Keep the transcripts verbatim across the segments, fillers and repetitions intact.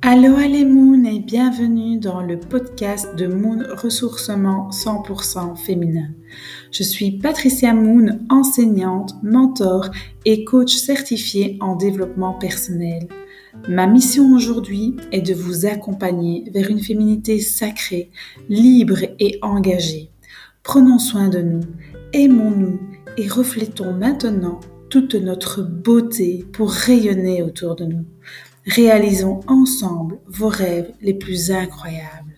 Allo les Moon et bienvenue dans le podcast de Moon Ressourcement cent pour cent féminin. Je suis Patricia Moon, enseignante, mentor et coach certifié en développement personnel. Ma mission aujourd'hui est de vous accompagner vers une féminité sacrée, libre et engagée. Prenons soin de nous, aimons-nous et reflétons maintenant toute notre beauté pour rayonner autour de nous. Réalisons ensemble vos rêves les plus incroyables.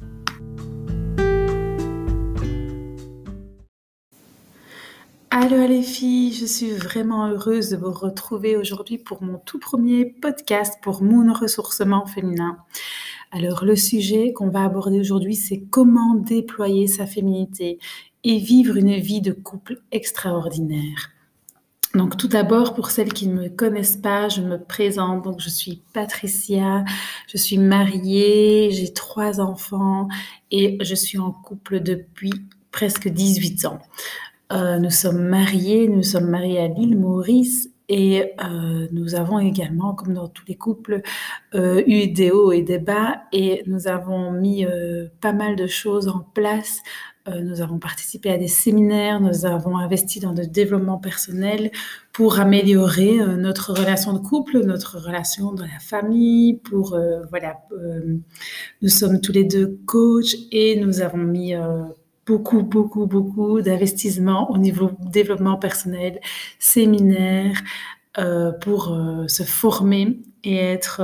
Allô les filles, je suis vraiment heureuse de vous retrouver aujourd'hui pour mon tout premier podcast pour Moon Ressourcement féminin. Alors le sujet qu'on va aborder aujourd'hui, c'est comment déployer sa féminité et vivre une vie de couple extraordinaire. Donc tout d'abord, pour celles qui ne me connaissent pas, je me présente. Donc je suis Patricia, je suis mariée, j'ai trois enfants et je suis en couple depuis presque dix-huit ans. Euh, nous sommes mariés, nous sommes mariés à l'île Maurice et euh, nous avons également, comme dans tous les couples, euh, eu des hauts et des bas et nous avons mis euh, pas mal de choses en place. Euh, nous avons participé à des séminaires, nous avons investi dans le développement personnel pour améliorer euh, notre relation de couple, notre relation dans la famille. Pour euh, voilà, euh, nous sommes tous les deux coachs et nous avons mis euh, beaucoup, beaucoup, beaucoup d'investissements au niveau développement personnel, séminaires euh, pour euh, se former et être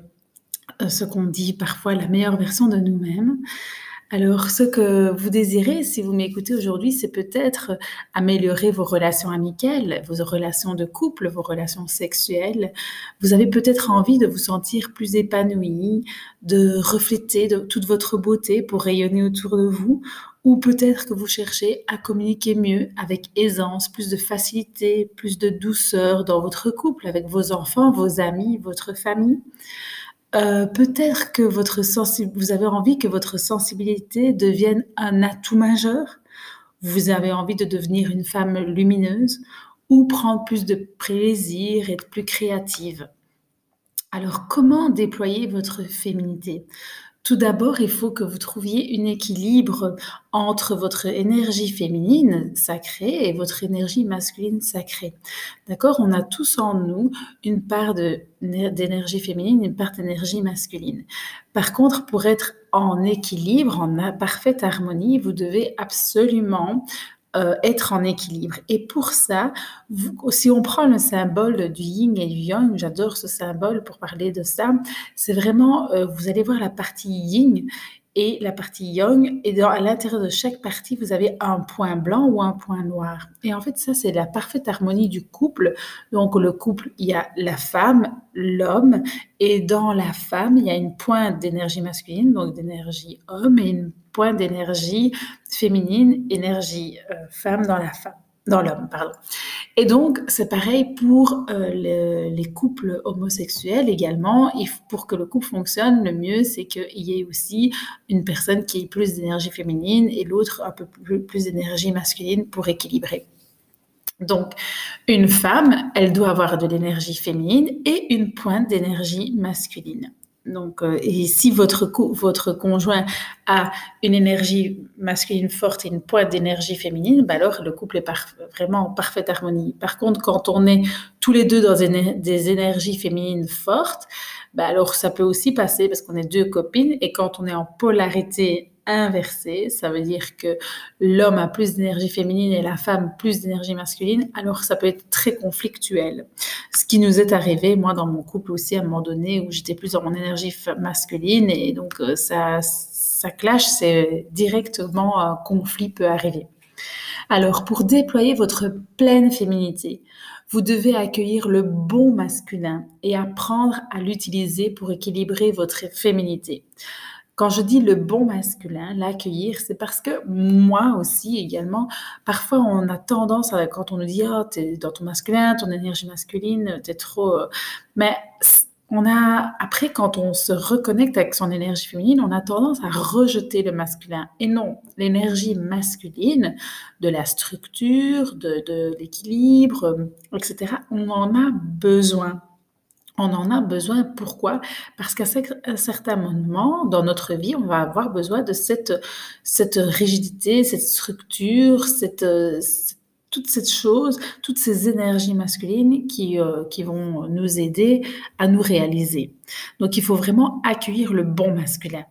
euh, ce qu'on dit parfois la meilleure version de nous-mêmes. Alors, ce que vous désirez, si vous m'écoutez aujourd'hui, c'est peut-être améliorer vos relations amicales, vos relations de couple, vos relations sexuelles. Vous avez peut-être envie de vous sentir plus épanoui, de refléter de toute votre beauté pour rayonner autour de vous, ou peut-être que vous cherchez à communiquer mieux, avec aisance, plus de facilité, plus de douceur dans votre couple, avec vos enfants, vos amis, votre famille. Euh, peut-être que votre sensi- vous avez envie que votre sensibilité devienne un atout majeur. Vous avez envie de devenir une femme lumineuse ou prendre plus de plaisir, être plus créative. Alors, comment déployer votre féminité ? Tout d'abord, il faut que vous trouviez un équilibre entre votre énergie féminine sacrée et votre énergie masculine sacrée. D'accord ? On a tous en nous une part de, d'énergie féminine, une part d'énergie masculine. Par contre, pour être en équilibre, en parfaite harmonie, vous devez absolument euh, être en équilibre. Et pour ça, vous, si on prend le symbole du yin et du yang, j'adore ce symbole pour parler de ça, c'est vraiment, euh, vous allez voir la partie yin et la partie yang, et dans, à l'intérieur de chaque partie, vous avez un point blanc ou un point noir. Et en fait, ça, c'est la parfaite harmonie du couple. Donc, le couple, il y a la femme, l'homme, et dans la femme, il y a une pointe d'énergie masculine, donc d'énergie homme, et une pointe d'énergie féminine, énergie euh, femme dans la femme. Dans l'homme, pardon. Et donc, c'est pareil pour euh, le, les couples homosexuels également. Et pour que le couple fonctionne, le mieux, c'est qu'il y ait aussi une personne qui ait plus d'énergie féminine et l'autre un peu plus, plus d'énergie masculine pour équilibrer. Donc, une femme, elle doit avoir de l'énergie féminine et une pointe d'énergie masculine. Donc, euh, et si votre, co- votre conjoint a une énergie masculine forte et une pointe d'énergie féminine, bah alors le couple est par, vraiment en parfaite harmonie. Par contre, quand on est tous les deux dans une, des énergies féminines fortes, bah alors ça peut aussi passer parce qu'on est deux copines et quand on est en polarité inversée, ça veut dire que l'homme a plus d'énergie féminine et la femme plus d'énergie masculine, alors ça peut être très conflictuel. Ce qui nous est arrivé, moi, dans mon couple aussi, à un moment donné, où j'étais plus dans mon énergie masculine, et donc euh, ça, ça clash, c'est directement un conflit peut arriver. Alors, pour déployer votre pleine féminité, vous devez accueillir le bon masculin et apprendre à l'utiliser pour équilibrer votre féminité. Quand je dis le bon masculin, l'accueillir, c'est parce que moi aussi également, parfois on a tendance, à, quand on nous dit oh, « t'es dans ton masculin, ton énergie masculine, t'es trop… » Mais on a, après, quand on se reconnecte avec son énergie féminine, on a tendance à rejeter le masculin. Et non, l'énergie masculine, de la structure, de, de l'équilibre, et cetera, on en a besoin. On en a besoin. Pourquoi? Parce qu'à cer un certain moment dans notre vie, on va avoir besoin de cette, cette rigidité, cette structure, cette, heu, c toute cette chose, toutes ces énergies masculines qui, heu, qui vont nous aider à nous réaliser. Donc il faut vraiment accueillir le bon masculin.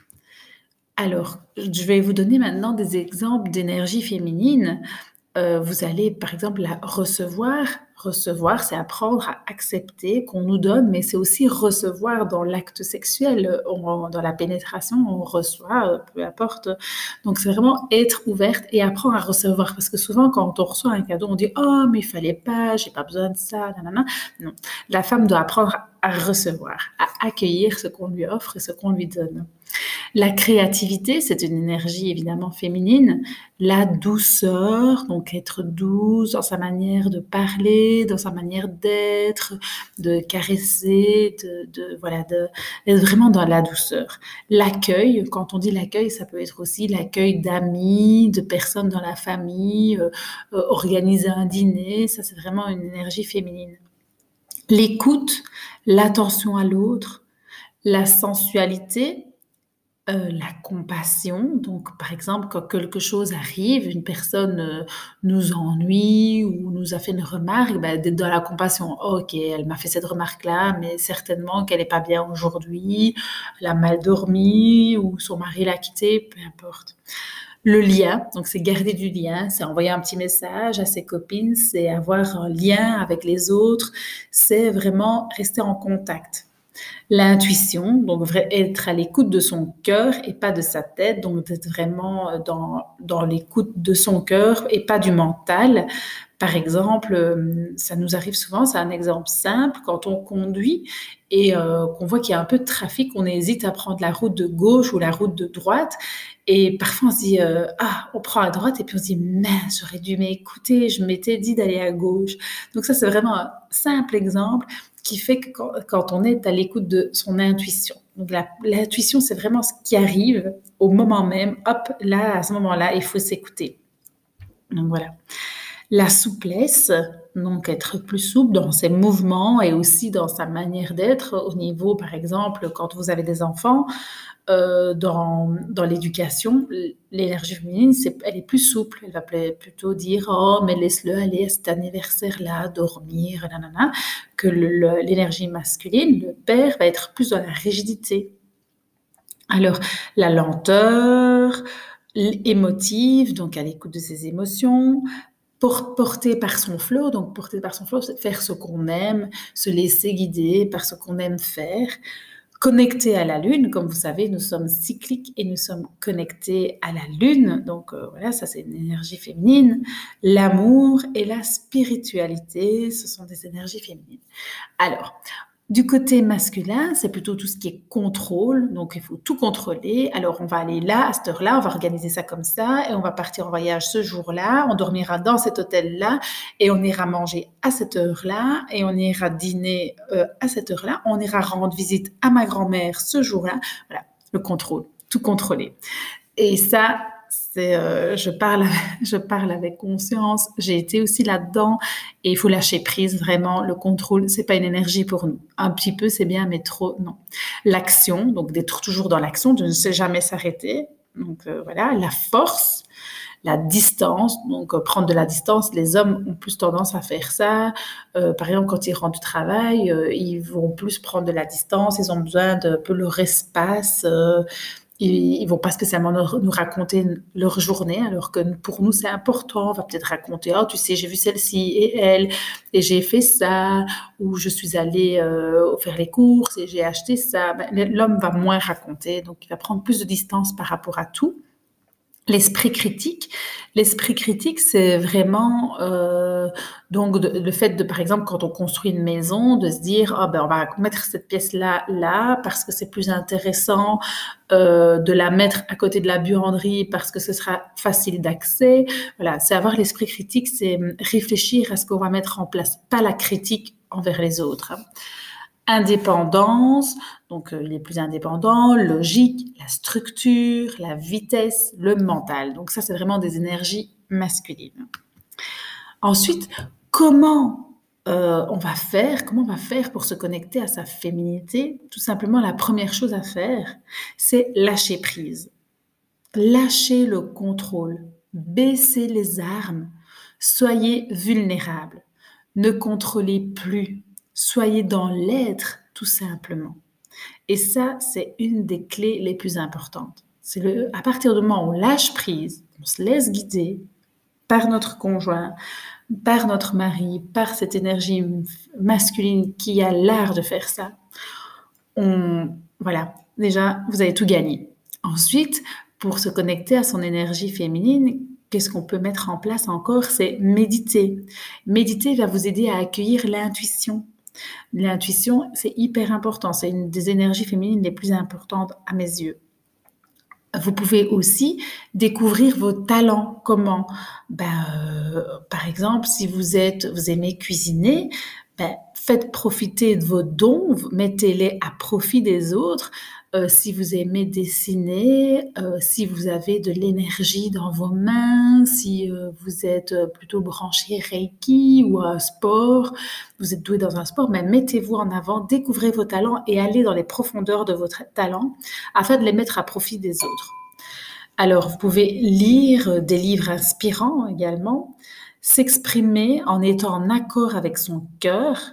Alors, je vais vous donner maintenant des exemples d'énergie féminine. Heu, vous allez, par exemple, la recevoir. Recevoir, c'est apprendre à accepter qu'on nous donne, mais c'est aussi recevoir dans l'acte sexuel, heu, on dans la pénétration, on reçoit, heu, peu importe. Donc c'est vraiment être ouverte et apprendre à recevoir parce que souvent quand on reçoit un cadeau, on dit: «Oh mais il fallait pas, j'ai pas besoin de ça, nanana». Non, la femme doit apprendre à recevoir, à accueillir ce qu'on lui offre et ce qu'on lui donne. La créativité, c'est une énergie évidemment féminine. La douceur, donc être douce dans sa manière de parler, dans sa manière d'être, de caresser, de, de voilà, de, d'être vraiment dans la douceur. L'accueil, quand on dit l'accueil, ça peut être aussi l'accueil d'amis, de personnes dans la famille, euh, euh, organiser un dîner, ça c'est vraiment une énergie féminine. L'écoute, l'attention à l'autre, la sensualité, Heu, la compassion, donc par exemple, quand quelque chose arrive, une personne, heu, nous ennuie ou nous a fait une remarque, bah, d'être dans la compassion. OK, elle m'a fait cette remarque-là, mais certainement qu'elle est pas bien aujourd'hui, elle a mal dormi ou son mari l'a quittée, peu importe. Le lien, donc c'est garder du lien, c'est envoyer un petit message à ses copines, c'est avoir un lien avec les autres, c'est vraiment rester en contact. L'intuition, donc vrai, être à l'écoute de son cœur et pas de sa tête, donc d'être vraiment euh, dans, dans l'écoute de son cœur et pas du mental. Par exemple, euh, ça nous arrive souvent, c'est un exemple simple, quand on conduit et euh, qu'on voit qu'il y a un peu de trafic, on hésite à prendre la route de gauche ou la route de droite. Et parfois on se dit, euh, ah, on prend à droite et puis on se dit, mince, j'aurais dû m'écouter, je m'étais dit d'aller à gauche. Donc ça, c'est vraiment un simple exemple qui fait que quand, quand on est à l'écoute de son intuition. Donc la, l'intuition, c'est vraiment ce qui arrive au moment même. Hop, là, à ce moment-là, il faut s'écouter. Donc voilà. La souplesse, donc être plus souple dans ses mouvements et aussi dans sa manière d'être au niveau, par exemple, quand vous avez des enfants, euh, dans, dans l'éducation, l'énergie féminine, c'est, elle est plus souple. Elle va plutôt dire, oh, mais laisse-le aller à cet anniversaire-là, dormir, nanana, que le, le, l'énergie masculine, le père, va être plus dans la rigidité. Alors, la lenteur, émotive, donc à l'écoute de ses émotions, porté par son flow, donc porté par son flow, c'est faire ce qu'on aime, se laisser guider par ce qu'on aime faire, connecté à la lune, comme vous savez, nous sommes cycliques et nous sommes connectés à la lune, donc euh, voilà, ça c'est une énergie féminine. L'amour et la spiritualité, ce sont des énergies féminines. Alors, du côté masculin, c'est plutôt tout ce qui est contrôle, donc il faut tout contrôler. Alors on va aller là, à cette heure-là, on va organiser ça comme ça, et on va partir en voyage ce jour-là, on dormira dans cet hôtel-là, et on ira manger à cette heure-là, et on ira dîner euh, à cette heure-là, on ira rendre visite à ma grand-mère ce jour-là. Voilà, le contrôle, tout contrôler. Et ça, c'est, euh, je parle, je parle avec conscience. J'ai été aussi là-dedans et il faut lâcher prise vraiment. Le contrôle, c'est pas une énergie pour nous. Un petit peu, c'est bien, mais trop, non. L'action, donc d'être toujours dans l'action, de ne sais jamais s'arrêter. Donc euh, voilà, la force, la distance, donc euh, prendre de la distance. Les hommes ont plus tendance à faire ça. Euh, par exemple, quand ils rentrent du travail, euh, ils vont plus prendre de la distance. Ils ont besoin de peu leur espace. Euh, ils, ne vont pas spécialement nous raconter leur journée, alors que pour nous, c'est important. On va peut-être raconter, oh, tu sais, j'ai vu celle-ci et elle, et j'ai fait ça, ou je suis allée euh, faire les courses et j'ai acheté ça. Ben, l'homme va moins raconter, donc il va prendre plus de distance par rapport à tout. L'esprit critique, l'esprit critique, c'est vraiment euh, donc de, le fait de, par exemple, quand on construit une maison, de se dire, ah oh, ben on va mettre cette pièce-là là parce que c'est plus intéressant euh, de la mettre à côté de la buanderie parce que ce sera facile d'accès. Voilà, c'est avoir l'esprit critique, c'est réfléchir à ce qu'on va mettre en place, pas la critique envers les autres. Indépendance, donc euh, il est plus indépendant, logique, la structure, la vitesse, le mental. Donc ça, c'est vraiment des énergies masculines. Ensuite, comment heu, on va faire comment on va faire pour se connecter à sa féminité? Tout simplement, la première chose à faire, c'est lâcher prise. Lâchez le contrôle, baissez les armes, soyez vulnérables, ne contrôlez plus, soyez dans l'être tout simplement. Et ça, c'est une des clés les plus importantes. C'est le, à partir du moment où on lâche prise, on se laisse guider par notre conjoint, par notre mari, par cette énergie masculine qui a l'art de faire ça. On, voilà, déjà, vous avez tout gagné. Ensuite, pour se connecter à son énergie féminine, qu'est-ce qu'on peut mettre en place encore? C'est méditer. Méditer va vous aider à accueillir l'intuition. L'intuition, c'est hyper important. C'est une des énergies féminines les plus importantes à mes yeux. Vous pouvez aussi découvrir vos talents. Comment? Ben, euh, par exemple, si vous êtes, vous aimez cuisiner, ben, faites profiter de vos dons, mettez-les à profit des autres. Euh, si vous aimez dessiner, euh, si vous avez de l'énergie dans vos mains, si euh, vous êtes plutôt branché Reiki ou un sport, vous êtes doué dans un sport, mais mettez-vous en avant, découvrez vos talents et allez dans les profondeurs de votre talent afin de les mettre à profit des autres. Alors, vous pouvez lire des livres inspirants également, s'exprimer en étant en accord avec son cœur,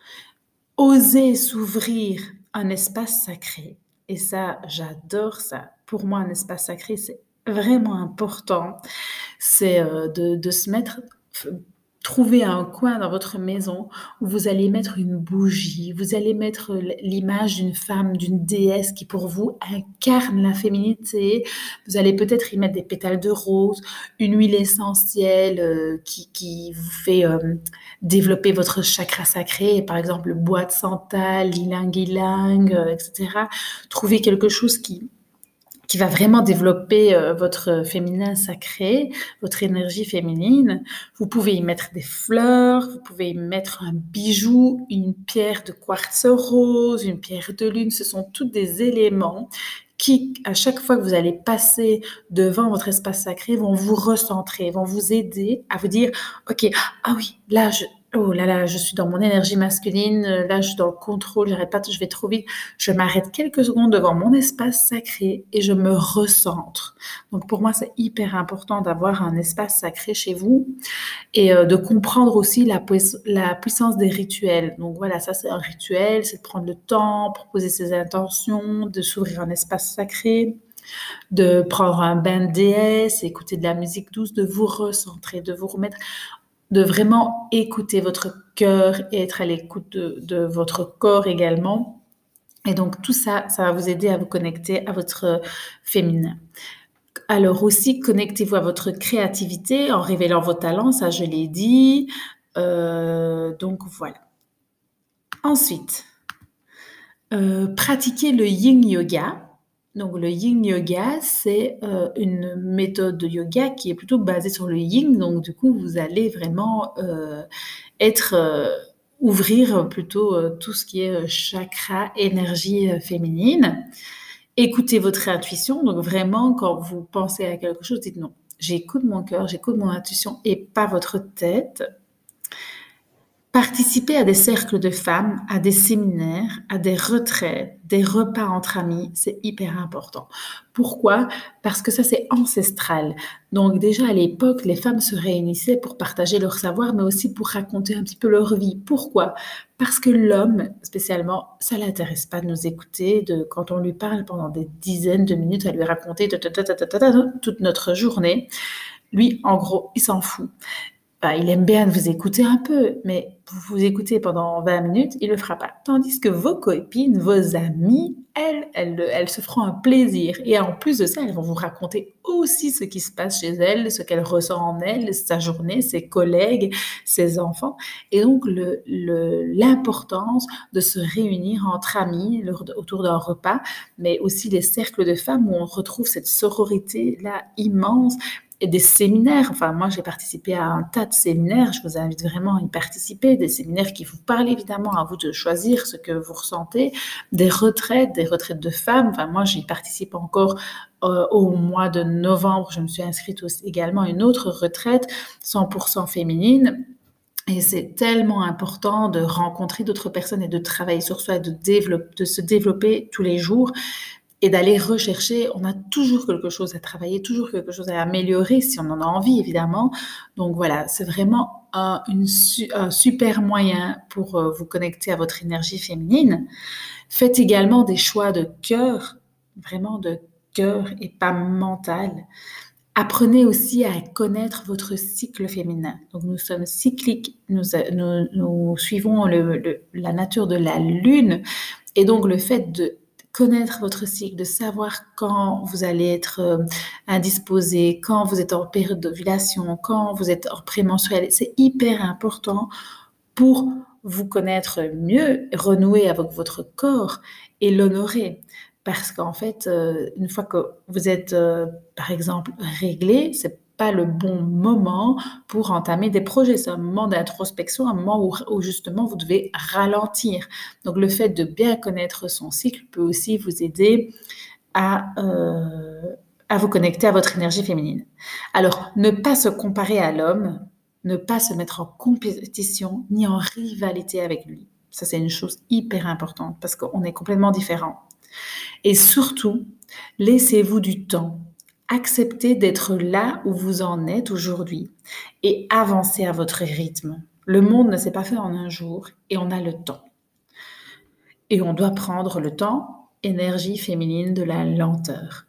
oser s'ouvrir un espace sacré. Et ça, j'adore ça. Pour moi, un espace sacré, c'est vraiment important. C'est euh, de, de se mettre, trouver un coin dans votre maison où vous allez mettre une bougie, vous allez mettre l'image d'une femme, d'une déesse qui pour vous incarne la féminité. Vous allez peut-être y mettre des pétales de rose, une huile essentielle euh, qui, qui vous fait euh, développer votre chakra sacré, par exemple le bois de santal, l'ilang-ilang, euh, et cetera. Trouvez quelque chose qui qui va vraiment développer euh, votre féminin sacré, votre énergie féminine. Vous pouvez y mettre des fleurs, vous pouvez y mettre un bijou, une pierre de quartz rose, une pierre de lune. Ce sont tous des éléments qui, à chaque fois que vous allez passer devant votre espace sacré, vont vous recentrer, vont vous aider à vous dire, OK, ah oui, là, je, oh là là, je suis dans mon énergie masculine, là, je suis dans le contrôle, j'arrête pas, je vais trop vite. Je m'arrête quelques secondes devant mon espace sacré et je me recentre. Donc, pour moi, c'est hyper important d'avoir un espace sacré chez vous et euh, de comprendre aussi la, puis- la puissance des rituels. Donc, voilà, ça, c'est un rituel, c'est de prendre le temps pour poser ses intentions, de s'ouvrir un espace sacré, de prendre un bain de déesse, écouter de la musique douce, de vous recentrer, de vous remettre, de vraiment écouter votre cœur et être à l'écoute de, de votre corps également. Et donc tout ça, ça va vous aider à vous connecter à votre féminin. Alors aussi, connectez-vous à votre créativité en révélant vos talents, ça je l'ai dit. Euh, donc voilà. Ensuite, euh, pratiquez le yin yoga. Donc le yin yoga, c'est euh, une méthode de yoga qui est plutôt basée sur le yin. Donc du coup, vous allez vraiment euh, être euh, ouvrir plutôt euh, tout ce qui est euh, chakra, énergie euh, féminine. Écoutez votre intuition. Donc vraiment, quand vous pensez à quelque chose, dites non. J'écoute mon cœur, j'écoute mon intuition et pas votre tête. Participer à des cercles de femmes, à des séminaires, à des retraites, des repas entre amis, c'est hyper important. Pourquoi? Parce que ça, c'est ancestral. Donc déjà, à l'époque, les femmes se réunissaient pour partager leur savoir, mais aussi pour raconter un petit peu leur vie. Pourquoi? Parce que l'homme, spécialement, ça l'intéresse pas de nous écouter, de, quand on lui parle pendant des dizaines de minutes, à lui raconter toute notre journée. Lui, en gros, il s'en fout. Bah, il aime bien vous écouter un peu, mais vous vous écoutez pendant vingt minutes, il le fera pas. Tandis que vos copines, vos amies, elles, elles, elles se feront un plaisir. Et en plus de ça, elles vont vous raconter aussi ce qui se passe chez elles, ce qu'elles ressentent en elles, sa journée, ses collègues, ses enfants. Et donc, le, le, l'importance de se réunir entre amis autour d'un repas, mais aussi les cercles de femmes où on retrouve cette sororité-là immense. Et des séminaires, enfin moi j'ai participé à un tas de séminaires, je vous invite vraiment à y participer, des séminaires qui vous parlent évidemment, à vous de choisir ce que vous ressentez, des retraites, des retraites de femmes, enfin moi j'y participe encore euh, au mois de novembre, je me suis inscrite aussi également à une autre retraite cent pour cent féminine. Et c'est tellement important de rencontrer d'autres personnes et de travailler sur soi et de dévelop de se développer tous les jours et d'aller rechercher. On a toujours quelque chose à travailler, toujours quelque chose à améliorer si on en a envie, évidemment. Donc voilà, c'est vraiment un, une su un super moyen pour, heu, vous connecter à votre énergie féminine. Faites également des choix de cœur, vraiment de cœur et pas mental. Apprenez aussi à connaître votre cycle féminin. Donc nous sommes cycliques, nous, nous, nous suivons le, le, la nature de la lune et donc le fait de connaître votre cycle, de savoir quand vous allez être euh, indisposé, quand vous êtes en période d'ovulation, quand vous êtes en prémenstruel, c'est hyper important pour vous connaître mieux, renouer avec votre corps et l'honorer. Parce qu'en fait, euh, une fois que vous êtes, euh, par exemple, réglé, c'est pas le bon moment pour entamer des projets. C'est un moment d'introspection, un moment où, où justement vous devez ralentir. Donc le fait de bien connaître son cycle peut aussi vous aider à, euh, à vous connecter à votre énergie féminine. Alors, ne pas se comparer à l'homme, ne pas se mettre en compétition ni en rivalité avec lui. Ça, c'est une chose hyper importante parce qu'on est complètement différents. Et surtout, laissez-vous du temps. Acceptez d'être là où vous en êtes aujourd'hui et avancez à votre rythme. Le monde ne s'est pas fait en un jour et on a le temps. Et on doit prendre le temps, énergie féminine de la lenteur.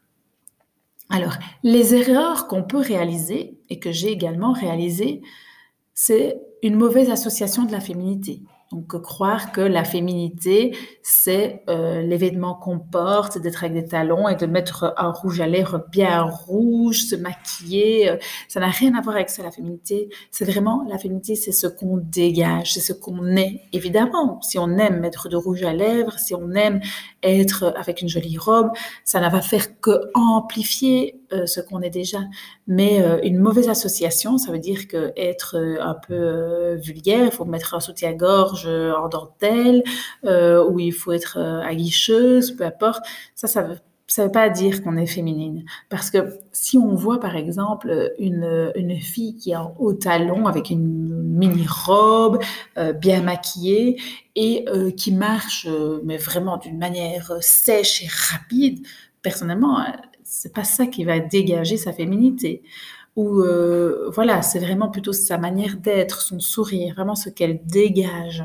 Alors, les erreurs qu'on peut réaliser et que j'ai également réalisées, c'est une mauvaise association de la féminité. Donc, croire que la féminité, c'est euh, les vêtements qu'on porte, c'est d'être avec des talons et de mettre un rouge à lèvres bien rouge, se maquiller. euh, Ça n'a rien à voir avec ça, la féminité. C'est vraiment, la féminité, c'est ce qu'on dégage, c'est ce qu'on est. Évidemment, si on aime mettre de rouge à lèvres, si on aime être avec une jolie robe, ça ne va faire que amplifier euh, ce qu'on est déjà. Mais euh, une mauvaise association, ça veut dire que être euh, un peu euh, vulgaire, il faut mettre un soutien-gorge euh, en dentelle, euh, ou il faut être euh, aguicheuse, peu importe. Ça, ça veut ça veut pas dire qu'on est féminine. Parce que si on voit, par exemple, une, une fille qui est en haut talon avec une mini-robe, euh, bien maquillée, et euh, qui marche, euh, mais vraiment d'une manière sèche et rapide, personnellement, c'est pas ça qui va dégager sa féminité. Ou euh, voilà, c'est vraiment plutôt sa manière d'être, son sourire, vraiment ce qu'elle dégage.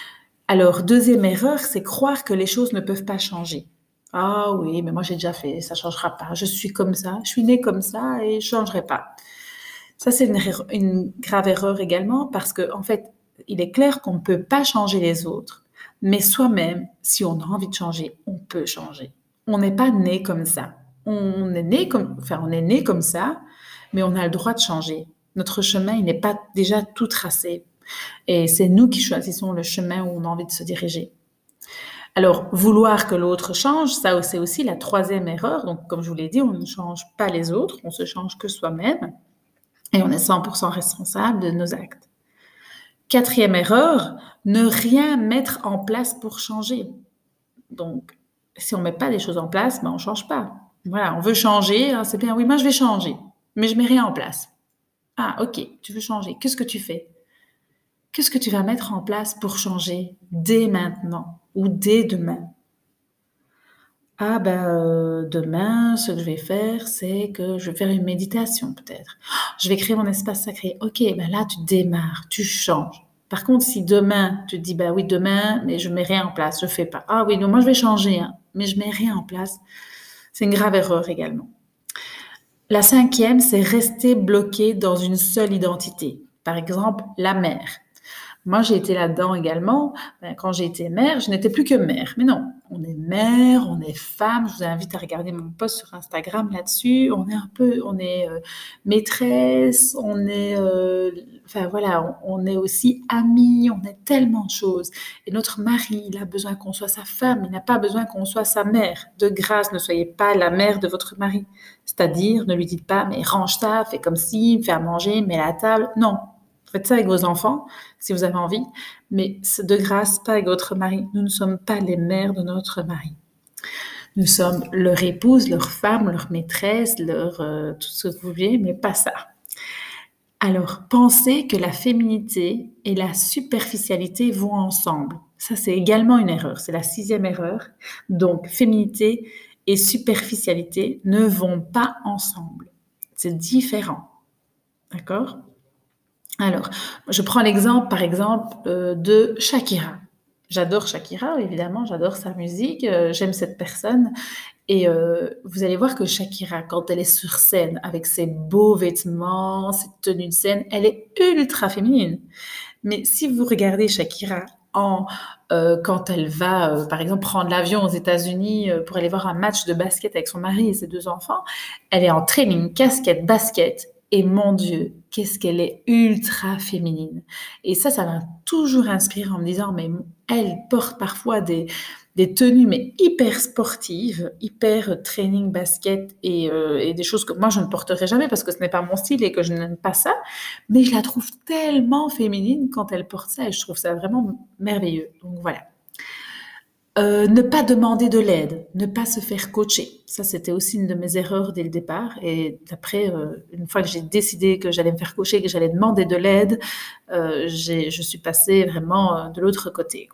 Alors, deuxième erreur, c'est croire que les choses ne peuvent pas changer. Ah oui, mais moi j'ai déjà fait, ça changera pas. Je suis comme ça, je suis née comme ça et je changerai pas. Ça, c'est une, une grave erreur également parce que, en fait, il est clair qu'on ne peut pas changer les autres, mais soi-même, si on a envie de changer, on peut changer. On n'est pas né comme ça. On est né comme, enfin, on est né comme ça, mais on a le droit de changer. Notre chemin, il n'est pas déjà tout tracé. Et c'est nous qui choisissons le chemin où on a envie de se diriger. Alors, vouloir que l'autre change, ça c'est aussi la troisième erreur. Donc, comme je vous l'ai dit, on ne change pas les autres, on se change que soi-même. Et on est cent pour cent responsable de nos actes. Quatrième erreur, ne rien mettre en place pour changer. Donc, si on ne met pas des choses en place, ben on ne change pas. Voilà, on veut changer, hein, c'est bien, oui, moi je vais changer, mais je ne mets rien en place. Ah, ok, tu veux changer, qu'est-ce que tu fais? Qu'est-ce que tu vas mettre en place pour changer dès maintenant ou dès demain? Ah ben euh, demain, ce que je vais faire, c'est que je vais faire une méditation peut-être. Oh, je vais créer mon espace sacré. Ok, ben là tu démarres, tu changes. Par contre, si demain tu te dis bah oui demain, mais je mets rien en place, je fais pas. Ah oui, donc moi je vais changer, hein, mais je mets rien en place. C'est une grave erreur également. La cinquième, c'est rester bloqué dans une seule identité. Par exemple, la mère. Moi, j'ai été là-dedans également. Ben, quand j'ai été mère, je n'étais plus que mère. Mais non, on est mère, on est femme. Je vous invite à regarder mon post sur Instagram là-dessus. On est un peu, on est euh, maîtresse, on est, euh, enfin voilà, on, on est aussi amie, on est tellement de choses. Et notre mari, il a besoin qu'on soit sa femme, il n'a pas besoin qu'on soit sa mère. De grâce, ne soyez pas la mère de votre mari. C'est-à-dire, ne lui dites pas, mais range ça, fais comme si, fais à manger, mets la table. Non. Faites ça avec vos enfants, si vous avez envie, mais de grâce, pas avec votre mari. Nous ne sommes pas les mères de notre mari. Nous sommes leur épouse, leur femme, leur maîtresse, leur euh, tout ce que vous voulez, mais pas ça. Alors, pensez que la féminité et la superficialité vont ensemble. Ça, c'est également une erreur. C'est la sixième erreur. Donc, féminité et superficialité ne vont pas ensemble. C'est différent. D'accord? Alors, je prends l'exemple, par exemple, euh, de Shakira. J'adore Shakira, évidemment, j'adore sa musique, euh, j'aime cette personne. Et euh, vous allez voir que Shakira, quand elle est sur scène, avec ses beaux vêtements, ses tenues de scène, elle est ultra féminine. Mais si vous regardez Shakira en, euh, quand elle va, euh, par exemple, prendre l'avion aux États-Unis euh, pour aller voir un match de basket avec son mari et ses deux enfants, elle est en training, casquette, basket. Et mon Dieu, qu'est-ce qu'elle est ultra féminine. Et ça, ça m'a toujours inspirée en me disant, mais elle porte parfois des, des tenues mais hyper sportives, hyper training basket et, euh, et des choses que moi je ne porterai jamais parce que ce n'est pas mon style et que je n'aime pas ça. Mais je la trouve tellement féminine quand elle porte ça et je trouve ça vraiment merveilleux. Donc voilà. Euh, ne pas demander de l'aide, ne pas se faire coacher. Ça, c'était aussi une de mes erreurs dès le départ. Et après, euh, une fois que j'ai décidé que j'allais me faire coacher, que j'allais demander de l'aide, euh, j'ai, je suis passée vraiment euh, de l'autre côté.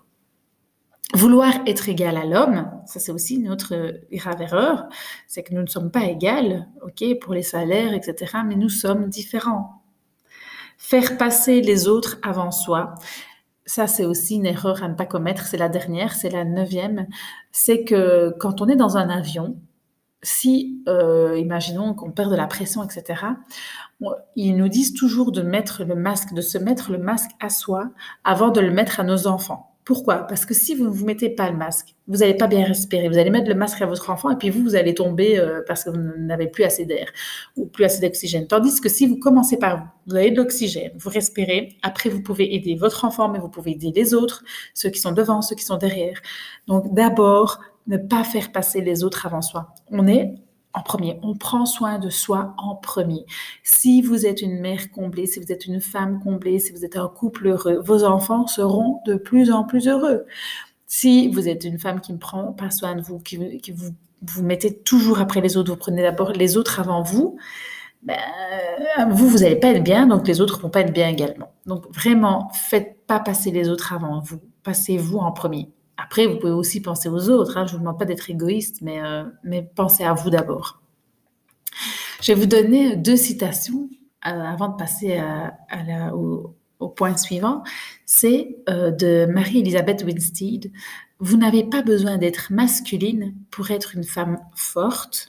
Vouloir être égal à l'homme, ça c'est aussi une autre euh, grave erreur, c'est que nous ne sommes pas égales, ok, pour les salaires, et cetera, mais nous sommes différents. Faire passer les autres avant soi, ça c'est aussi une erreur à ne pas commettre, c'est la dernière, c'est la neuvième, c'est que quand on est dans un avion, si, euh, imaginons qu'on perd de la pression, et cetera, ils nous disent toujours de mettre le masque, de se mettre le masque à soi avant de le mettre à nos enfants. Pourquoi? Parce que si vous ne vous mettez pas le masque, vous n'allez pas bien respirer. Vous allez mettre le masque à votre enfant et puis vous, vous allez tomber euh, parce que vous n'avez plus assez d'air ou plus assez d'oxygène. Tandis que si vous commencez par vous, vous avez de l'oxygène, vous respirez, après vous pouvez aider votre enfant, mais vous pouvez aider les autres, ceux qui sont devant, ceux qui sont derrière. Donc d'abord, ne pas faire passer les autres avant soi. On est en premier, on prend soin de soi en premier. Si vous êtes une mère comblée, si vous êtes une femme comblée, si vous êtes un couple heureux, vos enfants seront de plus en plus heureux. Si vous êtes une femme qui ne prend pas soin de vous, qui, qui vous, vous mettez toujours après les autres, vous prenez d'abord les autres avant vous, ben, vous, vous n'allez pas être bien, donc les autres ne vont pas être bien également. Donc vraiment, faites pas passer les autres avant vous. Passez-vous en premier. Après, vous pouvez aussi penser aux autres. Hein. Je ne vous demande pas d'être égoïste, mais, euh, mais pensez à vous d'abord. Je vais vous donner deux citations euh, avant de passer à, à la, au, au point suivant. C'est euh, de Marie-Elisabeth Winstead. Vous n'avez pas besoin d'être masculine pour être une femme forte.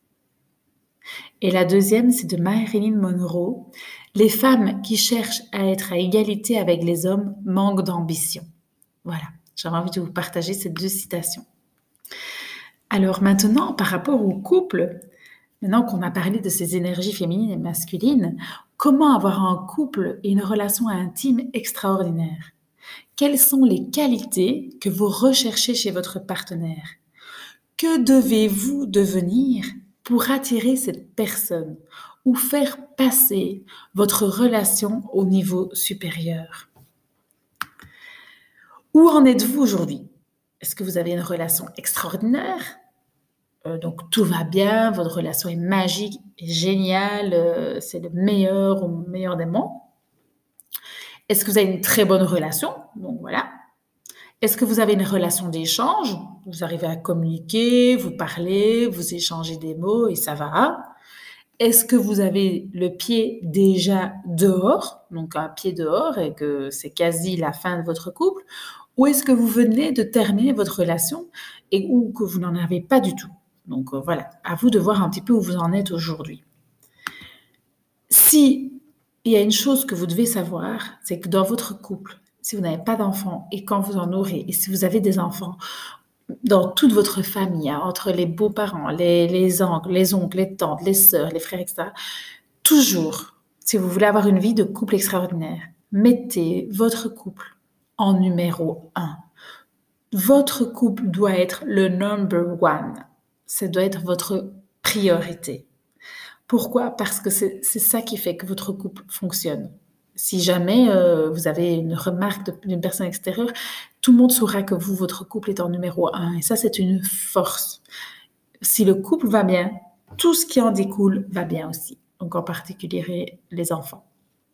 Et la deuxième, c'est de Marilyn Monroe. Les femmes qui cherchent à être à égalité avec les hommes manquent d'ambition. Voilà, j'avais envie de vous partager ces deux citations. Alors maintenant, par rapport au couple, maintenant qu'on a parlé de ces énergies féminines et masculines, comment avoir un couple et une relation intime extraordinaire? Quelles sont les qualités que vous recherchez chez votre partenaire? Que devez-vous devenir pour attirer cette personne ou faire passer votre relation au niveau supérieur? Où en êtes-vous aujourd'hui? Est-ce que vous avez une relation extraordinaire? Euh, donc tout va bien, votre relation est magique, est géniale, euh, c'est le meilleur au meilleur des mondes. Est-ce que vous avez une très bonne relation? Donc voilà. Est-ce que vous avez une relation d'échange? Vous arrivez à communiquer, vous parlez, vous échangez des mots et ça va. Est-ce que vous avez le pied déjà dehors, donc un pied dehors et que c'est quasi la fin de votre couple? Ou est-ce que vous venez de terminer votre relation et ou que vous n'en avez pas du tout? Donc euh, voilà, à vous de voir un petit peu où vous en êtes aujourd'hui. Si il y a une chose que vous devez savoir, c'est que dans votre couple, si vous n'avez pas d'enfants et quand vous en aurez, et si vous avez des enfants, dans toute votre famille, hein, entre les beaux-parents, les, les oncles, les oncles, les tantes, les sœurs, les frères, et cetera, toujours, si vous voulez avoir une vie de couple extraordinaire, mettez votre couple en numéro un. Votre couple doit être le number one. Ça doit être votre priorité. Pourquoi? Parce que c'est, c'est ça qui fait que votre couple fonctionne. Si jamais euh, vous avez une remarque de, d'une personne extérieure, tout le monde saura que vous, votre couple est en numéro un. Et ça, c'est une force. Si le couple va bien, tout ce qui en découle va bien aussi. Donc en particulier les enfants.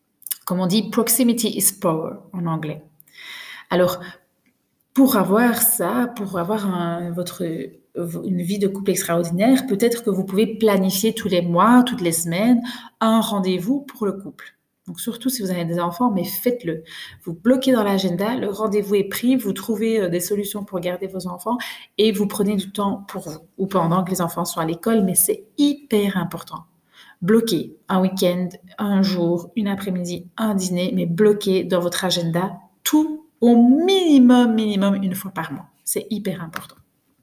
Comme on dit, proximity is power en anglais. Alors, pour avoir ça, pour avoir un, votre, une vie de couple extraordinaire, peut-être que vous pouvez planifier tous les mois, toutes les semaines, un rendez-vous pour le couple. Donc, surtout si vous avez des enfants, mais faites-le. Vous bloquez dans l'agenda, le rendez-vous est pris, vous trouvez des solutions pour garder vos enfants et vous prenez du temps pour vous ou pendant que les enfants sont à l'école, mais c'est hyper important. Bloquez un week-end, un jour, une après-midi, un dîner, mais bloquez dans votre agenda tout au minimum, minimum une fois par mois. C'est hyper important.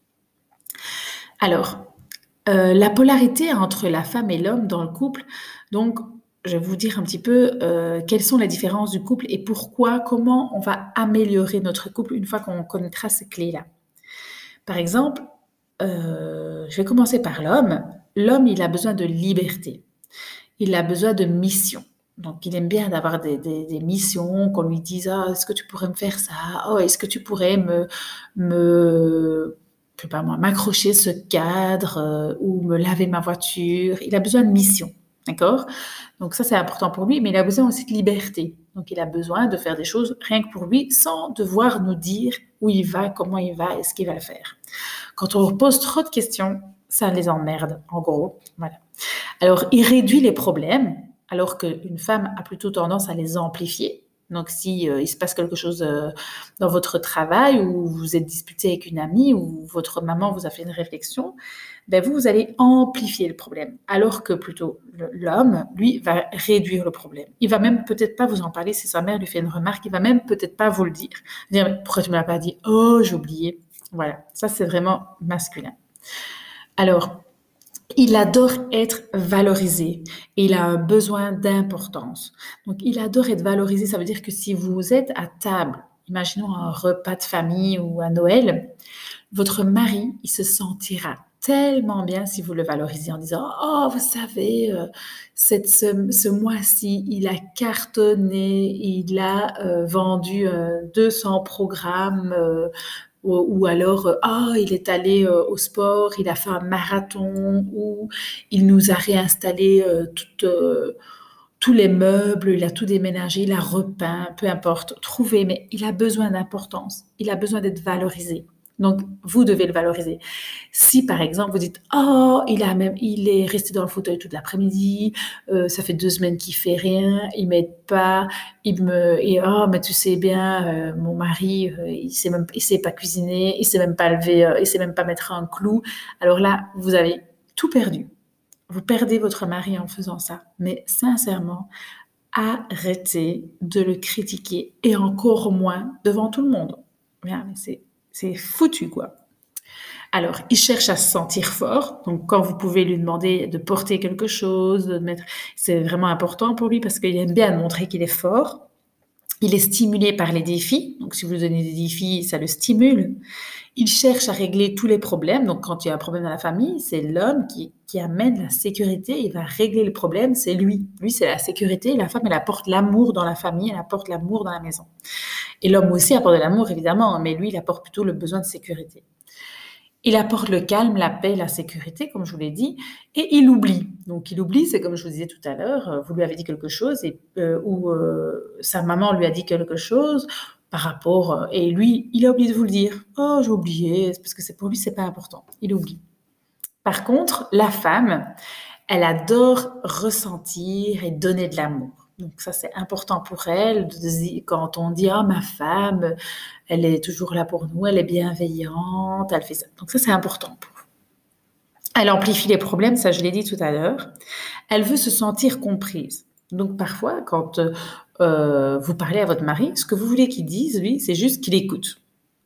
Alors, euh, la polarité entre la femme et l'homme dans le couple, donc je vais vous dire un petit peu euh, quelles sont les différences du couple et pourquoi, comment on va améliorer notre couple une fois qu'on connaîtra ces clés-là. Par exemple, euh, je vais commencer par l'homme. L'homme, il a besoin de liberté. Il a besoin de mission. Donc, il aime bien d'avoir des, des, des missions, qu'on lui dise « Ah, est-ce que tu pourrais me faire ça? Oh, est-ce que tu pourrais me, me je sais pas moi, m'accrocher ce cadre euh, ou me laver ma voiture ?» Il a besoin de mission, d'accord? Donc, ça, c'est important pour lui, mais il a besoin aussi de liberté. Donc, il a besoin de faire des choses rien que pour lui, sans devoir nous dire où il va, comment il va et ce qu'il va faire. Quand on leur pose trop de questions, ça les emmerde, en gros. Voilà. Alors, il réduit les problèmes, alors qu'une femme a plutôt tendance à les amplifier. Donc, si euh, il se passe quelque chose euh, dans votre travail ou vous êtes disputé avec une amie ou votre maman vous a fait une réflexion, ben vous, vous allez amplifier le problème. Alors que plutôt l'homme, lui, va réduire le problème. Il va même peut-être pas vous en parler si sa mère lui fait une remarque. Il va même peut-être pas vous le dire. Dire, pourquoi tu me l'as pas dit? Oh, j'ai oublié. Voilà, ça c'est vraiment masculin. Alors, il adore être valorisé et il a un besoin d'importance. Donc, il adore être valorisé. Ça veut dire que si vous êtes à table, imaginons un repas de famille ou à Noël, votre mari, il se sentira tellement bien si vous le valorisez en disant « Oh, vous savez, euh, cette, ce, ce mois-ci, il a cartonné, il a euh, vendu euh, deux cents programmes euh, ou, ou alors « Ah, il est allé euh, au sport, il a fait un marathon ou il nous a réinstallé euh, toute... Euh, tous les meubles, il a tout déménagé, il a repeint, peu importe, trouvez, mais il a besoin d'importance, il a besoin d'être valorisé. Donc, vous devez le valoriser. Si, par exemple, vous dites « Oh, il, a même, il est resté dans le fauteuil toute l'après-midi, euh, ça fait deux semaines qu'il fait rien, il m'aide pas, il me... Et, oh, mais tu sais bien, euh, mon mari, euh, il sait même, il sait pas cuisiner, il sait même pas lever, euh, il sait même pas mettre un clou. » Alors là, vous avez tout perdu. Vous perdez votre mari en faisant ça. Mais sincèrement, arrêtez de le critiquer et encore moins devant tout le monde. Bien, mais c'est, c'est foutu, quoi. Alors, il cherche à se sentir fort. Donc, quand vous pouvez lui demander de porter quelque chose, de mettre, c'est vraiment important pour lui parce qu'il aime bien montrer qu'il est fort. Il est stimulé par les défis. Donc, si vous lui donnez des défis, ça le stimule. Il cherche à régler tous les problèmes. Donc, quand il y a un problème dans la famille, c'est l'homme qui, qui amène la sécurité. Il va régler le problème. C'est lui. Lui, c'est la sécurité. Et la femme, elle apporte l'amour dans la famille. Elle apporte l'amour dans la maison. Et l'homme aussi apporte de l'amour, évidemment. Mais lui, il apporte plutôt le besoin de sécurité. Il apporte le calme, la paix, la sécurité, comme je vous l'ai dit, et il oublie. Donc, il oublie, c'est comme je vous disais tout à l'heure, vous lui avez dit quelque chose, et, euh, ou euh, sa maman lui a dit quelque chose par rapport, et lui, il a oublié de vous le dire. « Oh, j'ai oublié, parce que c'est pour lui, c'est pas important. » Il oublie. Par contre, la femme, elle adore ressentir et donner de l'amour. Donc ça, c'est important pour elle. Quand on dit « Ah, ma femme, elle est toujours là pour nous, elle est bienveillante, elle fait ça. » Donc ça, c'est important pour vous. Elle amplifie les problèmes, ça je l'ai dit tout à l'heure. Elle veut se sentir comprise. Donc parfois, quand euh, vous parlez à votre mari, ce que vous voulez qu'il dise, lui, c'est juste qu'il écoute.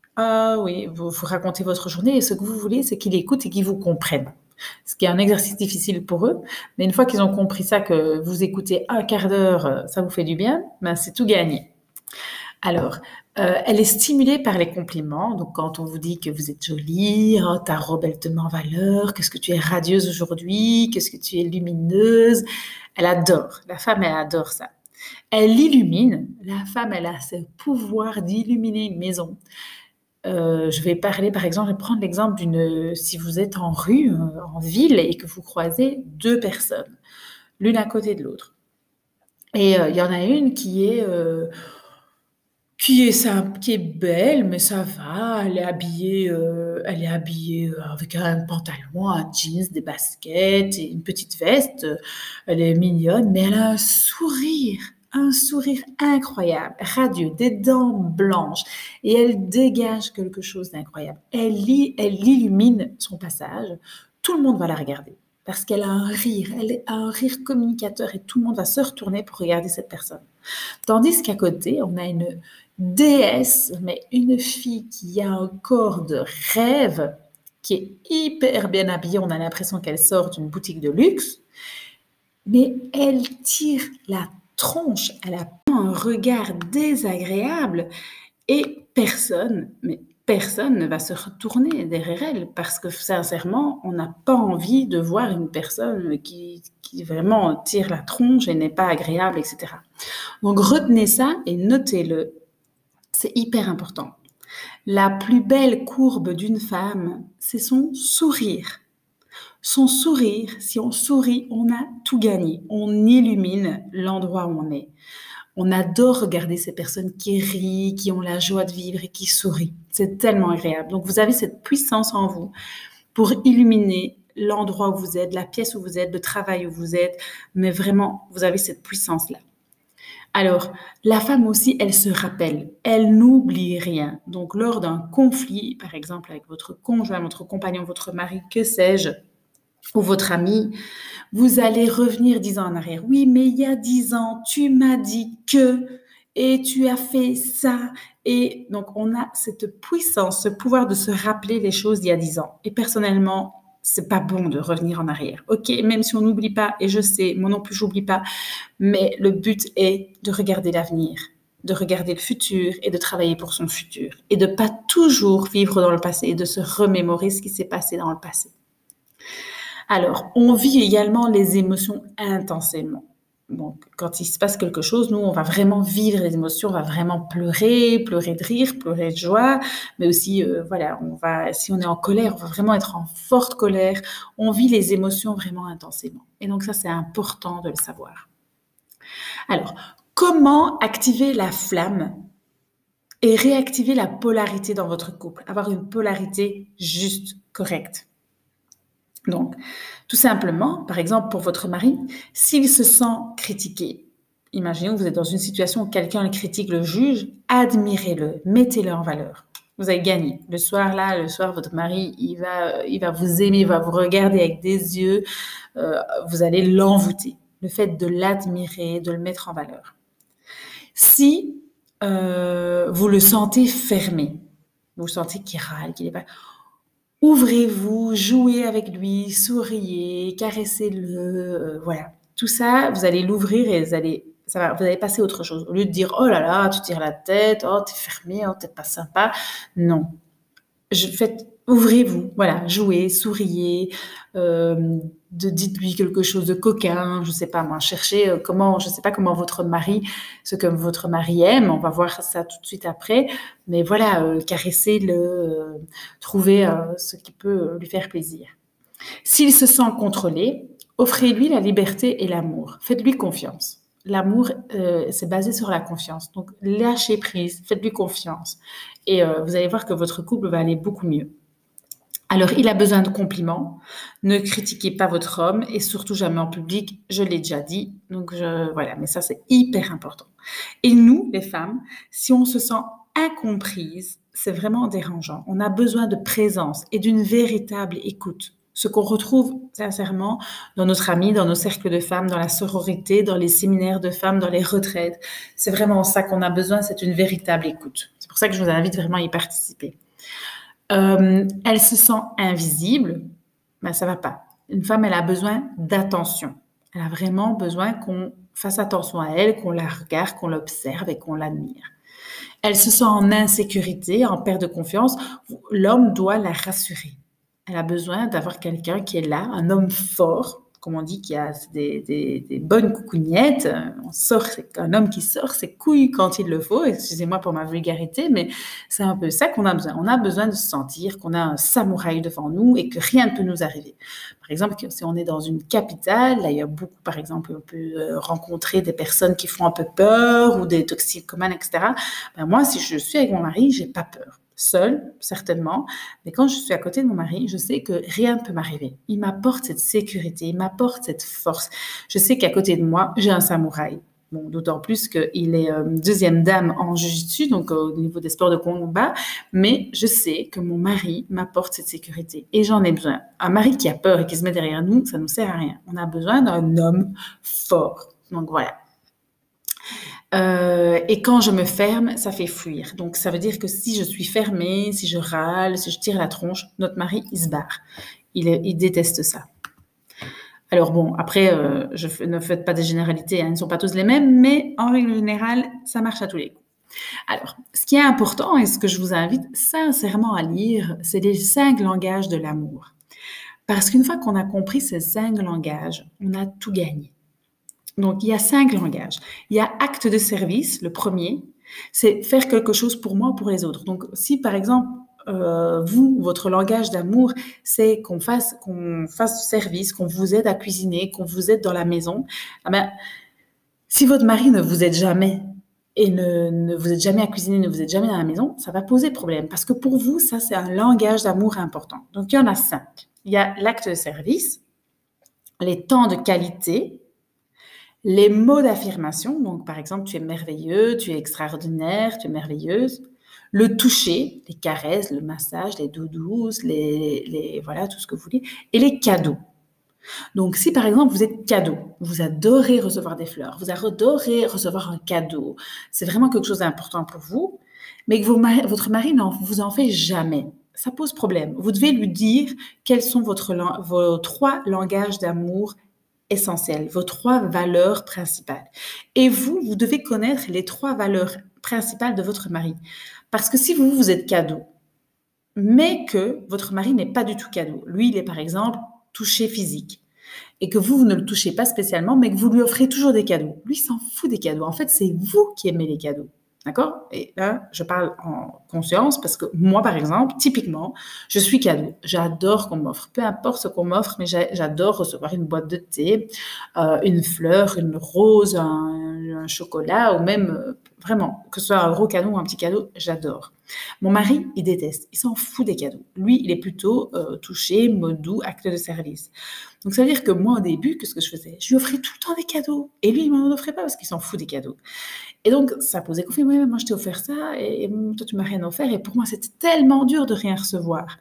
Ah oui, vous, vous racontez votre journée et ce que vous voulez, c'est qu'il écoute et qu'il vous comprenne. Ce qui est un exercice difficile pour eux, mais une fois qu'ils ont compris ça, que vous écoutez un quart d'heure, ça vous fait du bien, ben c'est tout gagné. Alors, euh, elle est stimulée par les compliments. Donc, quand on vous dit que vous êtes jolie, oh, ta robe, elle te met en valeur, qu'est-ce que tu es radieuse aujourd'hui, qu'est-ce que tu es lumineuse, elle adore. La femme, elle adore ça. Elle illumine. La femme, elle a ce pouvoir d'illuminer une maison. Euh, je vais parler, par exemple, je vais prendre l'exemple d'une, si vous êtes en rue, en ville, et que vous croisez deux personnes, l'une à côté de l'autre. Et heu, il y en a une qui est, heu, qui est simple, qui est belle, mais ça va, elle est habillée, heu, elle est habillée, heu, avec un pantalon, un jeans, des baskets et une petite veste, heu, elle est mignonne, mais elle a un sourire, un sourire incroyable, radieux, des dents blanches et elle dégage quelque chose d'incroyable. Elle lit elle illumine son passage, tout le monde va la regarder parce qu'elle a un rire, elle a un rire communicateur et tout le monde va se retourner pour regarder cette personne. Tandis qu'à côté, on a une déesse, mais une fille qui a un corps de rêve, qui est hyper bien habillée, on a l'impression qu'elle sort d'une boutique de luxe, mais elle tire la tronche, elle a un regard désagréable et personne, mais personne ne va se retourner derrière elle parce que sincèrement, on n'a pas envie de voir une personne qui, qui vraiment tire la tronche et n'est pas agréable, et cetera. Donc retenez ça et notez-le, c'est hyper important. La plus belle courbe d'une femme, c'est son sourire. Son sourire, si on sourit, on a tout gagné. On illumine l'endroit où on est. On adore regarder ces personnes qui rient, qui ont la joie de vivre et qui sourient. C'est tellement agréable. Donc vous avez cette puissance en vous pour illuminer l'endroit où vous êtes, la pièce où vous êtes, le travail où vous êtes, mais vraiment, vous avez cette puissance-là. Alors, la femme aussi, elle se rappelle, elle n'oublie rien. Donc, lors d'un conflit, par exemple avec votre conjoint, votre compagnon, votre mari, que sais-je, ou votre ami, vous allez revenir dix ans en arrière. Oui, mais il y a dix ans, tu m'as dit que, et tu as fait ça. Et donc, on a cette puissance, ce pouvoir de se rappeler les choses d'il y a dix ans. Et personnellement, c'est pas bon de revenir en arrière. Ok, même si on n'oublie pas, et je sais, moi non plus, j'oublie pas, mais le but est de regarder l'avenir, de regarder le futur et de travailler pour son futur. Et de pas toujours vivre dans le passé et de se remémorer ce qui s'est passé dans le passé. Alors, on vit également les émotions intensément. Donc, quand il se passe quelque chose, nous, on va vraiment vivre les émotions, on va vraiment pleurer, pleurer de rire, pleurer de joie, mais aussi, euh, voilà, on va, si on est en colère, on va vraiment être en forte colère. On vit les émotions vraiment intensément. Et donc, ça, c'est important de le savoir. Alors, comment activer la flamme et réactiver la polarité dans votre couple? Avoir une polarité juste, correcte. Donc, tout simplement, par exemple, pour votre mari, s'il se sent critiqué, imaginons que vous êtes dans une situation où quelqu'un le critique, le juge, admirez-le, mettez-le en valeur. Vous avez gagné. Le soir, là, le soir, votre mari, il va, il va vous aimer, il va vous regarder avec des yeux, euh, vous allez l'envoûter. Le fait de l'admirer, de le mettre en valeur. Si euh, vous le sentez fermé, vous sentez qu'il râle, qu'il n'est pas... Ouvrez-vous, jouez avec lui, souriez, caressez-le, euh, voilà. Tout ça, vous allez l'ouvrir et vous allez, ça va, vous allez passer à autre chose. Au lieu de dire, oh là là, tu tires la tête, oh, t'es fermé, oh, t'es pas sympa. Non. Je, faites, ouvrez-vous, voilà, jouez, souriez, euh, de, dites-lui quelque chose de coquin, je sais pas moi, cherchez euh, comment, je sais pas comment votre mari, ce que votre mari aime, on va voir ça tout de suite après, mais voilà, euh, caressez-le, euh, trouvez euh, ce qui peut lui faire plaisir. S'il se sent contrôlé, offrez-lui la liberté et l'amour, faites-lui confiance. L'amour, euh, c'est basé sur la confiance. Donc, lâchez prise, faites-lui confiance. Et euh, vous allez voir que votre couple va aller beaucoup mieux. Alors, il a besoin de compliments. Ne critiquez pas votre homme et surtout jamais en public. Je l'ai déjà dit. Donc, je, voilà. Mais ça, c'est hyper important. Et nous, les femmes, si on se sent incomprise, c'est vraiment dérangeant. On a besoin de présence et d'une véritable écoute. Ce qu'on retrouve sincèrement dans notre amie, dans nos cercles de femmes, dans la sororité, dans les séminaires de femmes, dans les retraites. C'est vraiment ça qu'on a besoin, c'est une véritable écoute. C'est pour ça que je vous invite vraiment à y participer. Euh, elle se sent invisible, ben ça va pas. Une femme, elle a besoin d'attention. Elle a vraiment besoin qu'on fasse attention à elle, qu'on la regarde, qu'on l'observe et qu'on l'admire. Elle se sent en insécurité, en perte de confiance. L'homme doit la rassurer. Elle a besoin d'avoir quelqu'un qui est là, un homme fort, comme on dit qu'il y a des, des, des bonnes coucougnettes, on sort, c'est un homme qui sort ses couilles quand il le faut, excusez-moi pour ma vulgarité, mais c'est un peu ça qu'on a besoin. On a besoin de se sentir qu'on a un samouraï devant nous et que rien ne peut nous arriver. Par exemple, si on est dans une capitale, là, il y a beaucoup, par exemple, on peut rencontrer des personnes qui font un peu peur ou des toxicomanes, et cetera. Ben moi, si je suis avec mon mari, j'ai pas peur. Seule, certainement, mais quand je suis à côté de mon mari, je sais que rien ne peut m'arriver. Il m'apporte cette sécurité, il m'apporte cette force. Je sais qu'à côté de moi, j'ai un samouraï. Bon, d'autant plus qu'il est euh, deuxième dame en jiu-jitsu, donc euh, au niveau des sports de combat, mais je sais que mon mari m'apporte cette sécurité et j'en ai besoin. Un mari qui a peur et qui se met derrière nous, ça ne nous sert à rien. On a besoin d'un homme fort. Donc voilà. Euh, et quand je me ferme, ça fait fuir. Donc, ça veut dire que si je suis fermée, si je râle, si je tire la tronche, notre mari, il se barre. Il, il déteste ça. Alors bon, après, euh, je, ne faites pas des généralités, hein, ils ne sont pas tous les mêmes, mais en règle générale, ça marche à tous les coups. Alors, ce qui est important et ce que je vous invite sincèrement à lire, c'est les cinq langages de l'amour. Parce qu'une fois qu'on a compris ces cinq langages, on a tout gagné. Donc, il y a cinq langages. Il y a acte de service, le premier, c'est faire quelque chose pour moi ou pour les autres. Donc, si par exemple, euh, vous, votre langage d'amour, c'est qu'on fasse, qu'on fasse du service, qu'on vous aide à cuisiner, qu'on vous aide dans la maison, eh ben, si votre mari ne vous aide jamais et ne, ne vous aide jamais à cuisiner, ne vous aide jamais dans la maison, ça va poser problème. Parce que pour vous, ça, c'est un langage d'amour important. Donc, il y en a cinq. Il y a l'acte de service, les temps de qualité, les mots d'affirmation, donc par exemple, tu es merveilleux, tu es extraordinaire, tu es merveilleuse. Le toucher, les caresses, le massage, les doudous, les, les, voilà, tout ce que vous voulez. Et les cadeaux. Donc, si par exemple, vous êtes cadeau, vous adorez recevoir des fleurs, vous adorez recevoir un cadeau, c'est vraiment quelque chose d'important pour vous, mais que vos mari, votre mari ne vous en fait jamais. Ça pose problème. Vous devez lui dire quels sont votre, vos trois langages d'amour essentielles, vos trois valeurs principales. Et vous, vous devez connaître les trois valeurs principales de votre mari. Parce que si vous, vous êtes cadeau, mais que votre mari n'est pas du tout cadeau, lui, il est par exemple touché physique, et que vous, vous ne le touchez pas spécialement, mais que vous lui offrez toujours des cadeaux. Lui, il s'en fout des cadeaux. En fait, c'est vous qui aimez les cadeaux. D'accord? Et là, je parle en conscience parce que moi, par exemple, typiquement, je suis cadeau. J'adore qu'on m'offre. Peu importe ce qu'on m'offre, mais j'adore recevoir une boîte de thé, euh, une fleur, une rose, un, un chocolat ou même, euh, vraiment, que ce soit un gros cadeau ou un petit cadeau, j'adore. Mon mari, il déteste. Il s'en fout des cadeaux. Lui, il est plutôt euh, touché, mot doux, acte de service. Donc, ça veut dire que moi, au début, qu'est-ce que je faisais? Je lui offrais tout le temps des cadeaux. Et lui, il m'en offrait pas parce qu'il s'en fout des cadeaux. Et donc, ça posait conflit. Oui, moi, je t'ai offert ça et, et toi, tu m'as rien offert. Et pour moi, c'était tellement dur de rien recevoir.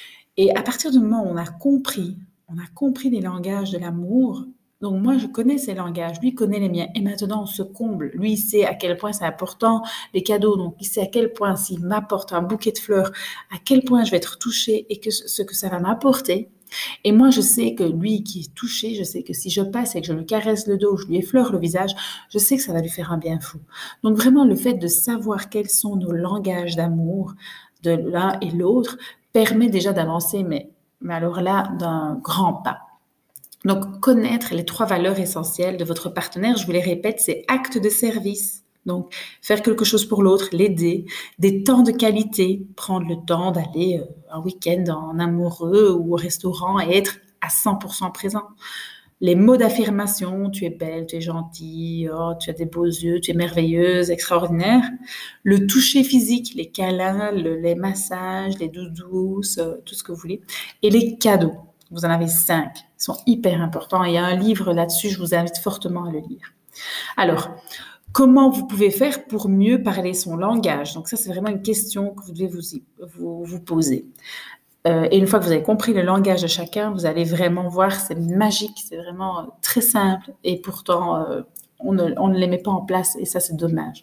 Et à partir du moment où on a compris, on a compris les langages de l'amour, donc moi, je connais ces langages, lui connaît les miens. Et maintenant, on se comble. Lui, il sait à quel point c'est important, les cadeaux. Donc, il sait à quel point, s'il m'apporte un bouquet de fleurs, à quel point je vais être touchée et que ce que ça va m'apporter. Et moi, je sais que lui qui est touché, je sais que si je passe et que je lui caresse le dos, je lui effleure le visage, je sais que ça va lui faire un bien fou. Donc vraiment, le fait de savoir quels sont nos langages d'amour de l'un et l'autre permet déjà d'avancer, mais, mais alors là, d'un grand pas. Donc, connaître les trois valeurs essentielles de votre partenaire, je vous les répète, c'est acte de service. Donc, faire quelque chose pour l'autre, l'aider, des temps de qualité, prendre le temps d'aller euh, un week-end en amoureux ou au restaurant et être à cent pour cent présent. Les mots d'affirmation, tu es belle, tu es gentille, oh, tu as des beaux yeux, tu es merveilleuse, extraordinaire. Le toucher physique, les câlins, le, les massages, les doudous, euh, tout ce que vous voulez. Et les cadeaux. Vous en avez cinq. Ils sont hyper importants. Il y a un livre là-dessus, je vous invite fortement à le lire. Alors, comment vous pouvez faire pour mieux parler son langage? Donc ça, c'est vraiment une question que vous devez vous, vous, vous poser. Euh, et une fois que vous avez compris le langage de chacun, vous allez vraiment voir, c'est magique, c'est vraiment euh, très simple. Et pourtant, euh, on, ne, on ne les met pas en place et ça, c'est dommage.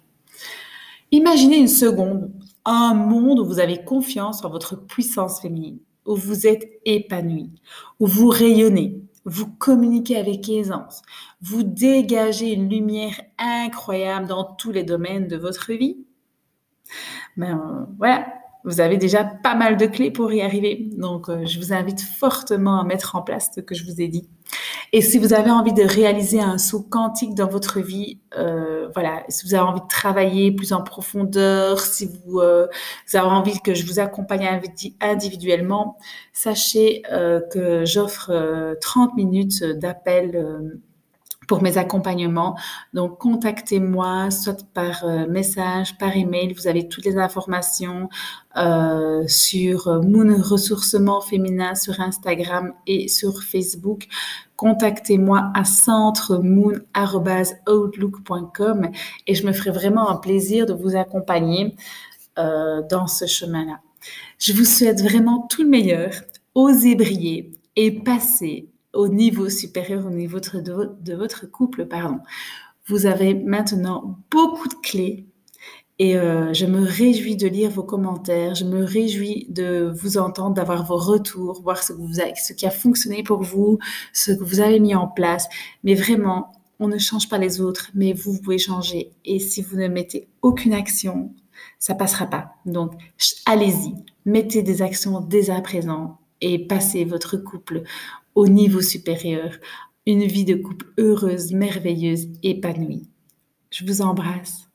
Imaginez une seconde un monde où vous avez confiance en votre puissance féminine, où vous êtes épanoui, où vous rayonnez, vous communiquez avec aisance, vous dégagez une lumière incroyable dans tous les domaines de votre vie. Ben euh, voilà, vous avez déjà pas mal de clés pour y arriver. Donc, euh, je vous invite fortement à mettre en place ce que je vous ai dit. Et si vous avez envie de réaliser un saut quantique dans votre vie, euh, voilà, si vous avez envie de travailler plus en profondeur, si vous, euh, vous avez envie que je vous accompagne invi- individuellement, sachez euh, que j'offre euh, trente minutes d'appel euh, pour mes accompagnements. Donc, contactez-moi, soit par euh, message, par email. Vous avez toutes les informations euh, sur euh, Moon Ressourcement Féminin sur Instagram et sur Facebook. Contactez-moi à centremoon arobase outlook point com et je me ferai vraiment un plaisir de vous accompagner euh, dans ce chemin-là. Je vous souhaite vraiment tout le meilleur. Osez briller et passez au niveau supérieur, au niveau de, de, de votre couple, pardon. Vous avez maintenant beaucoup de clés et euh, je me réjouis de lire vos commentaires, je me réjouis de vous entendre, d'avoir vos retours, voir ce, que vous avez, ce qui a fonctionné pour vous, ce que vous avez mis en place. Mais vraiment, on ne change pas les autres, mais vous, vous pouvez changer. Et si vous ne mettez aucune action, ça passera pas. Donc, allez-y, mettez des actions dès à présent et passez votre couple au niveau supérieur. Une vie de couple heureuse, merveilleuse, épanouie. Je vous embrasse.